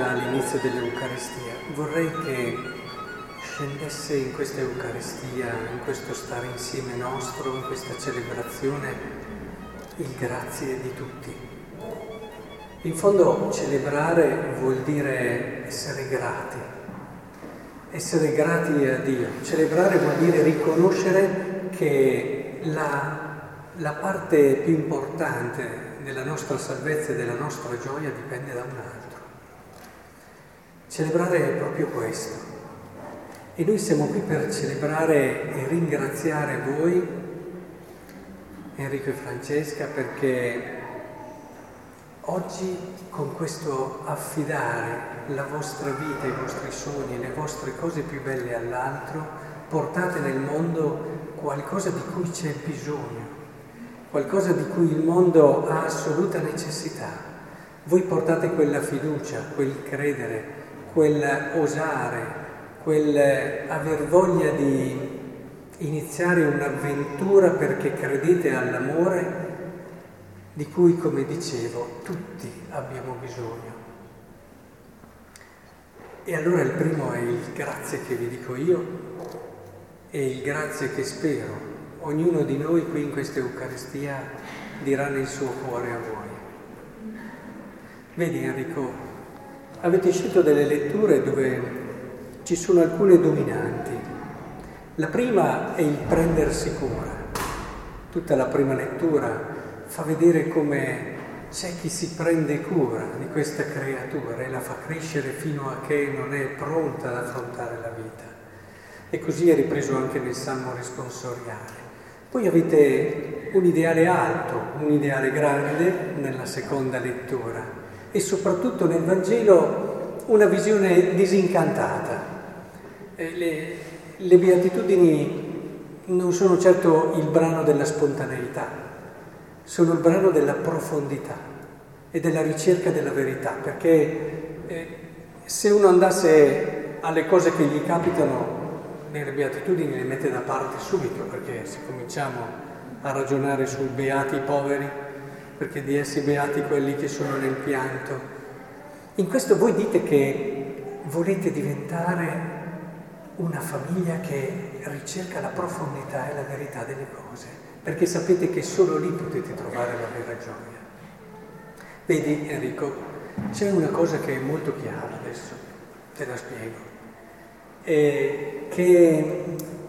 già all'inizio dell'Eucaristia. Vorrei che scendesse in questa Eucaristia, in questo stare insieme nostro, in questa celebrazione, il grazie di tutti. In fondo celebrare vuol dire essere grati a Dio. Celebrare vuol dire riconoscere che la parte più importante della nostra salvezza e della nostra gioia dipende da un altro. Celebrare è proprio questo. E noi siamo qui per celebrare e ringraziare voi, Enrico e Francesca, perché oggi con questo affidare la vostra vita, i vostri sogni, le vostre cose più belle all'altro, portate nel mondo qualcosa di cui c'è bisogno, qualcosa di cui il mondo ha assoluta necessità. Voi portate quella fiducia, quel credere, quel osare, quel aver voglia di iniziare un'avventura perché credete all'amore di cui, come dicevo, tutti abbiamo bisogno. E allora il primo è il grazie che vi dico io e il grazie che spero ognuno di noi qui in questa Eucaristia dirà nel suo cuore a voi. Vedi Enrico, avete scelto delle letture dove ci sono alcune dominanti. La prima è il prendersi cura. Tutta la prima lettura fa vedere come c'è chi si prende cura di questa creatura e la fa crescere fino a che non è pronta ad affrontare la vita. E così è ripreso anche nel Salmo responsoriale. Poi avete un ideale alto, un ideale grande nella seconda lettura e soprattutto nel Vangelo una visione disincantata. Le beatitudini non sono certo il brano della spontaneità, sono il brano della profondità e della ricerca della verità, perché se uno andasse alle cose che gli capitano nelle beatitudini le mette da parte subito, perché se cominciamo a ragionare sui beati poveri, perché di essi beati quelli che sono nel pianto. In questo voi dite che volete diventare una famiglia che ricerca la profondità e la verità delle cose, perché sapete che solo lì potete trovare la vera gioia. Vedi Enrico, c'è una cosa che è molto chiara adesso, te la spiego. Che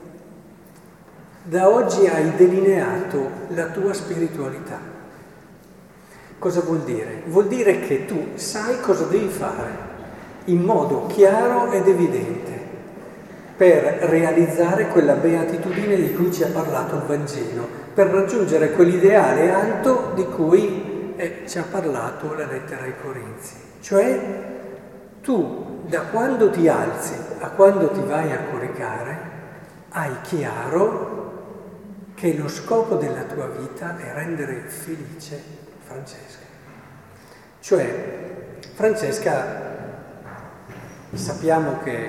da oggi hai delineato la tua spiritualità. Cosa vuol dire? Vuol dire che tu sai cosa devi fare in modo chiaro ed evidente per realizzare quella beatitudine di cui ci ha parlato il Vangelo, per raggiungere quell'ideale alto di cui ci ha parlato la lettera ai Corinzi. Cioè tu da quando ti alzi a quando ti vai a coricare hai chiaro che lo scopo della tua vita è rendere felice Francesca. Cioè Francesca sappiamo che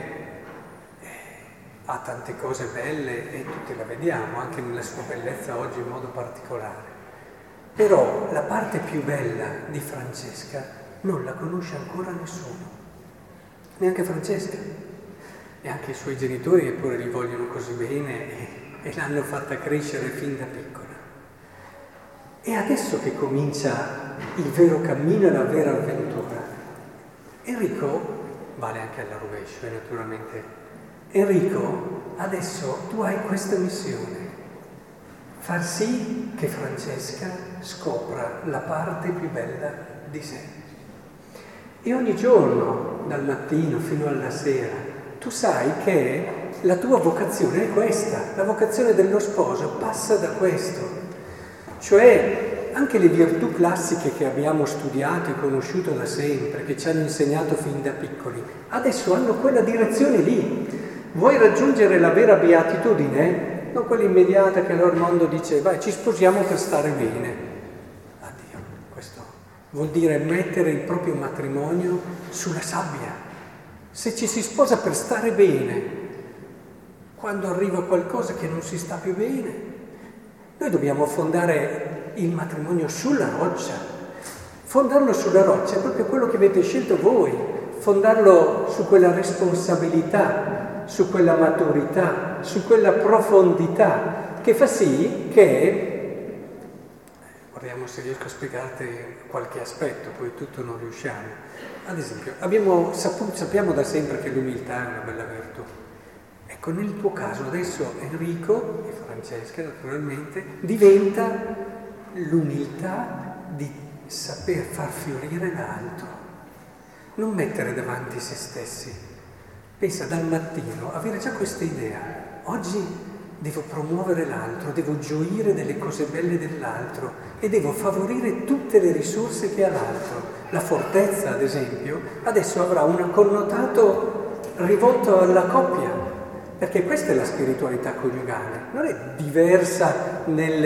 ha tante cose belle e tutte la vediamo, anche nella sua bellezza oggi in modo particolare. Però la parte più bella di Francesca non la conosce ancora nessuno. Neanche Francesca, e anche i suoi genitori eppure li vogliono così bene e l'hanno fatta crescere fin da piccola. E adesso che comincia il vero cammino e la vera avventura. Enrico, vale anche alla rovescio naturalmente, Enrico, adesso tu hai questa missione, far sì che Francesca scopra la parte più bella di sé. E ogni giorno, dal mattino fino alla sera, tu sai che la tua vocazione è questa, la vocazione dello sposo passa da questo. Cioè anche le virtù classiche che abbiamo studiato e conosciuto da sempre, che ci hanno insegnato fin da piccoli, adesso hanno quella direzione lì. Vuoi raggiungere la vera beatitudine? Non quella immediata che allora il mondo dice, vai, ci sposiamo per stare bene. Vuol dire mettere il proprio matrimonio sulla sabbia. Se ci si sposa per stare bene, quando arriva qualcosa che non si sta più bene, noi dobbiamo fondare il matrimonio sulla roccia. Fondarlo sulla roccia è proprio quello che avete scelto voi. fondarlo su quella responsabilità, su quella maturità, su quella profondità che fa sì che, guardiamo se riesco a spiegarti qualche aspetto, poi tutto non riusciamo. Ad esempio, sappiamo da sempre che l'umiltà è una bella virtù. Ecco, nel tuo caso adesso Enrico e Francesca naturalmente diventa l'umiltà di saper far fiorire l'altro, non mettere davanti se stessi. Pensa dal mattino, avere già questa idea, oggi devo promuovere l'altro, devo gioire delle cose belle dell'altro e devo favorire tutte le risorse che ha l'altro. La fortezza, ad esempio, adesso avrà un connotato rivolto alla coppia, perché questa è la spiritualità coniugale, non è diversa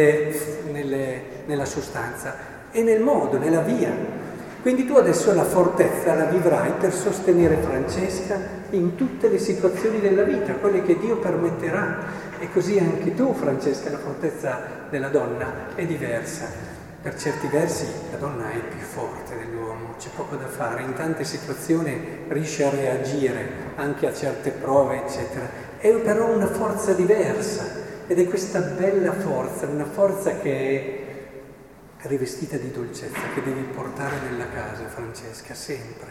nella sostanza, è nel modo, nella via. Quindi tu adesso la fortezza la vivrai per sostenere Francesca in tutte le situazioni della vita, quelle che Dio permetterà. E così anche tu, Francesca, la fortezza della donna è diversa. Per certi versi la donna è più forte dell'uomo, c'è poco da fare, in tante situazioni riesce a reagire anche a certe prove, eccetera. È però una forza diversa ed è questa bella forza, una forza che è rivestita di dolcezza, che devi portare nella casa, Francesca, sempre.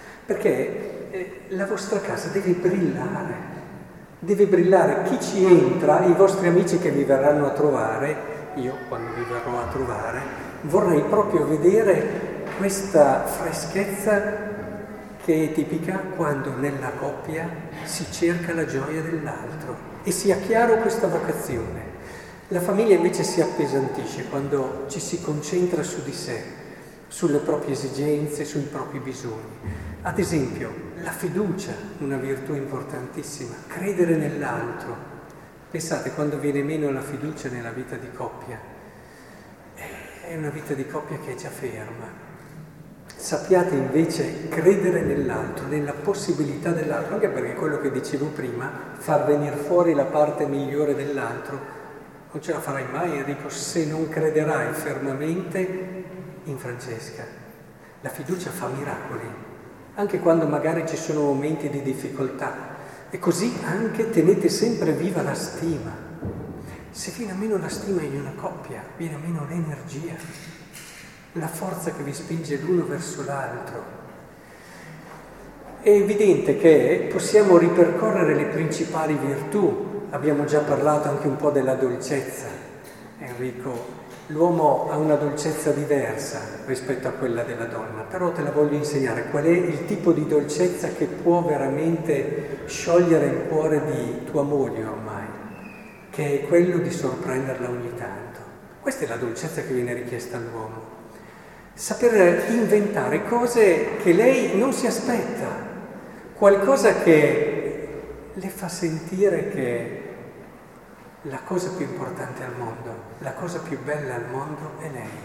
Perché la vostra casa deve brillare. Chi ci entra, i vostri amici che vi verranno a trovare, io quando vi verrò a trovare, vorrei proprio vedere questa freschezza che è tipica quando nella coppia si cerca la gioia dell'altro e sia chiaro questa vocazione. La famiglia invece si appesantisce quando ci si concentra su di sé, sulle proprie esigenze, sui propri bisogni. Ad esempio, la fiducia, una virtù importantissima, credere nell'altro. Pensate, quando viene meno la fiducia nella vita di coppia, è una vita di coppia che è già ferma. Sappiate invece credere nell'altro, nella possibilità dell'altro, anche perché quello che dicevo prima, far venire fuori la parte migliore dell'altro, non ce la farai mai, Enrico, se non crederai fermamente in Francesca. La fiducia fa miracoli, anche quando magari ci sono momenti di difficoltà. E così anche tenete sempre viva la stima. Se viene meno la stima in una coppia, viene meno l'energia, la forza che vi spinge l'uno verso l'altro. È evidente che possiamo ripercorrere le principali virtù. Abbiamo già parlato anche un po' della dolcezza. Enrico, l'uomo ha una dolcezza diversa rispetto a quella della donna, però te la voglio insegnare. Qual è il tipo di dolcezza che può veramente sciogliere il cuore di tua moglie ormai, che è quello di sorprenderla ogni tanto. Questa è la dolcezza che viene richiesta all'uomo. Saper inventare cose che lei non si aspetta, qualcosa che le fa sentire che la cosa più importante al mondo, la cosa più bella al mondo è lei.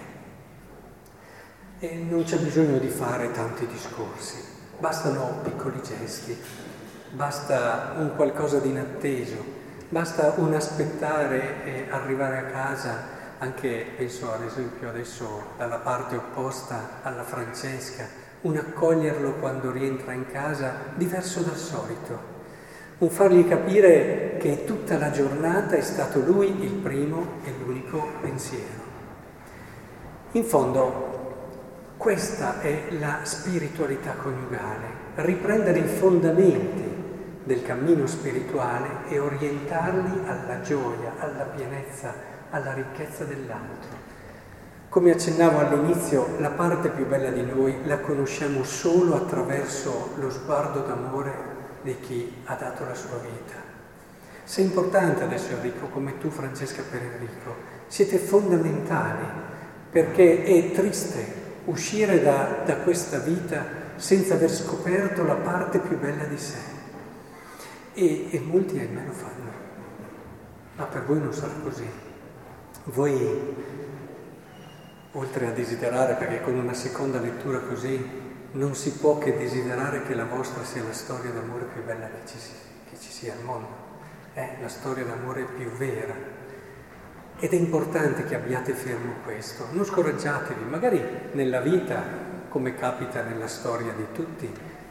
E non c'è bisogno di fare tanti discorsi, bastano piccoli gesti, basta un qualcosa di inatteso, basta un aspettare e arrivare a casa, anche penso ad esempio adesso dalla parte opposta alla Francesca, un accoglierlo quando rientra in casa diverso dal solito. Un fargli capire che tutta la giornata è stato lui il primo e l'unico pensiero. In fondo, questa è la spiritualità coniugale, riprendere i fondamenti del cammino spirituale e orientarli alla gioia, alla pienezza, alla ricchezza dell'altro. Come accennavo all'inizio, la parte più bella di noi la conosciamo solo attraverso lo sguardo d'amore di chi ha dato la sua vita. Sei importante adesso, Enrico, come tu, Francesca, per Enrico. Siete fondamentali, perché è triste uscire da questa vita senza aver scoperto la parte più bella di sé. E molti ahimè lo fanno. Ma per voi non sarà così. Voi, oltre a desiderare, perché con una seconda lettura così non si può che desiderare che la vostra sia la storia d'amore più bella che ci sia al mondo, è la storia d'amore più vera. Ed è importante che abbiate fermo questo, non scoraggiatevi, magari nella vita, come capita nella storia di tutti,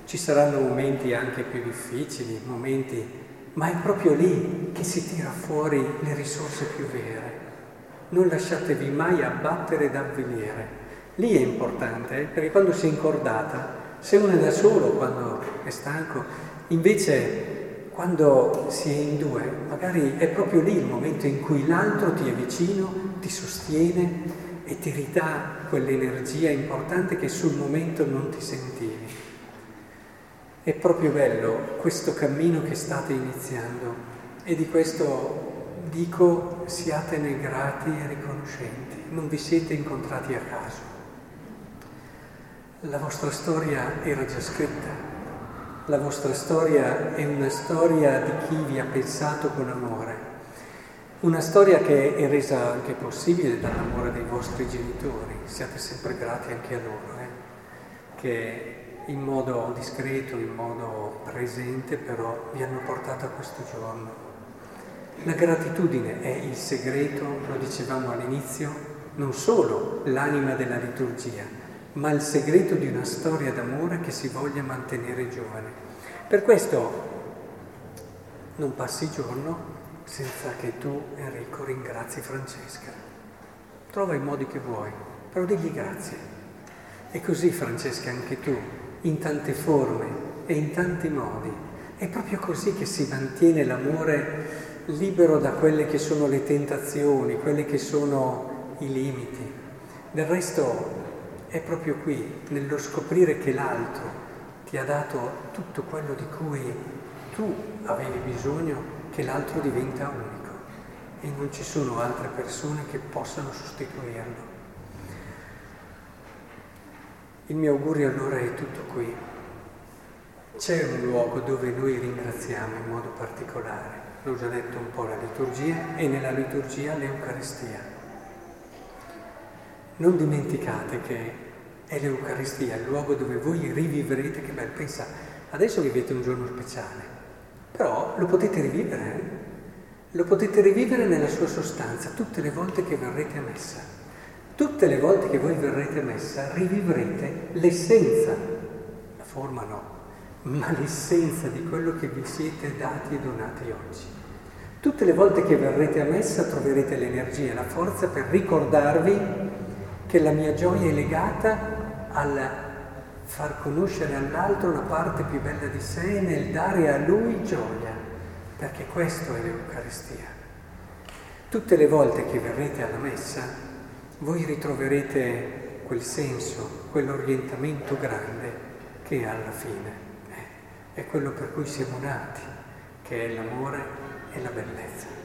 ci saranno momenti anche più difficili, ma è proprio lì che si tira fuori le risorse più vere. Non lasciatevi mai abbattere da avvenire. Lì è importante, perché quando si è incordata, se uno è da solo, quando è stanco, invece quando si è in due, magari è proprio lì il momento in cui l'altro ti è vicino, ti sostiene e ti ridà quell'energia importante che sul momento non ti sentivi. È proprio bello questo cammino che state iniziando e di questo dico siatene grati e riconoscenti, non vi siete incontrati a caso. La vostra storia era già scritta, la vostra storia è una storia di chi vi ha pensato con amore, una storia che è resa anche possibile dall'amore dei vostri genitori, siate sempre grati anche a loro, che in modo discreto, in modo presente, però vi hanno portato a questo giorno. La gratitudine è il segreto, lo dicevamo all'inizio, non solo l'anima della liturgia, ma il segreto di una storia d'amore che si voglia mantenere giovane. Per questo non passi giorno senza che tu, Enrico, ringrazi Francesca. Trova i modi che vuoi, però digli grazie. E così, Francesca, anche tu, in tante forme e in tanti modi. È proprio così che si mantiene l'amore libero da quelle che sono le tentazioni, quelle che sono i limiti. Del resto è proprio qui, nello scoprire che l'altro ti ha dato tutto quello di cui tu avevi bisogno, che l'altro diventa unico e non ci sono altre persone che possano sostituirlo. Il mio augurio allora è tutto qui. C'è un luogo dove noi ringraziamo in modo particolare, l'ho già detto un po', la liturgia, e nella liturgia l'Eucaristia. Non dimenticate che è l'Eucaristia, il luogo dove voi rivivrete, che bello, pensa, adesso vivete un giorno speciale, però lo potete rivivere, lo potete rivivere nella sua sostanza, tutte le volte che verrete a messa. Tutte le volte che voi verrete a messa rivivrete l'essenza, la forma no, ma l'essenza di quello che vi siete dati e donati oggi. Tutte le volte che verrete a messa troverete l'energia e la forza per ricordarvi che la mia gioia è legata al far conoscere all'altro la parte più bella di sé nel dare a lui gioia, perché questo è l'Eucaristia. Tutte le volte che verrete alla messa voi ritroverete quel senso, quell'orientamento grande che alla fine è quello per cui siamo nati, che è l'amore e la bellezza.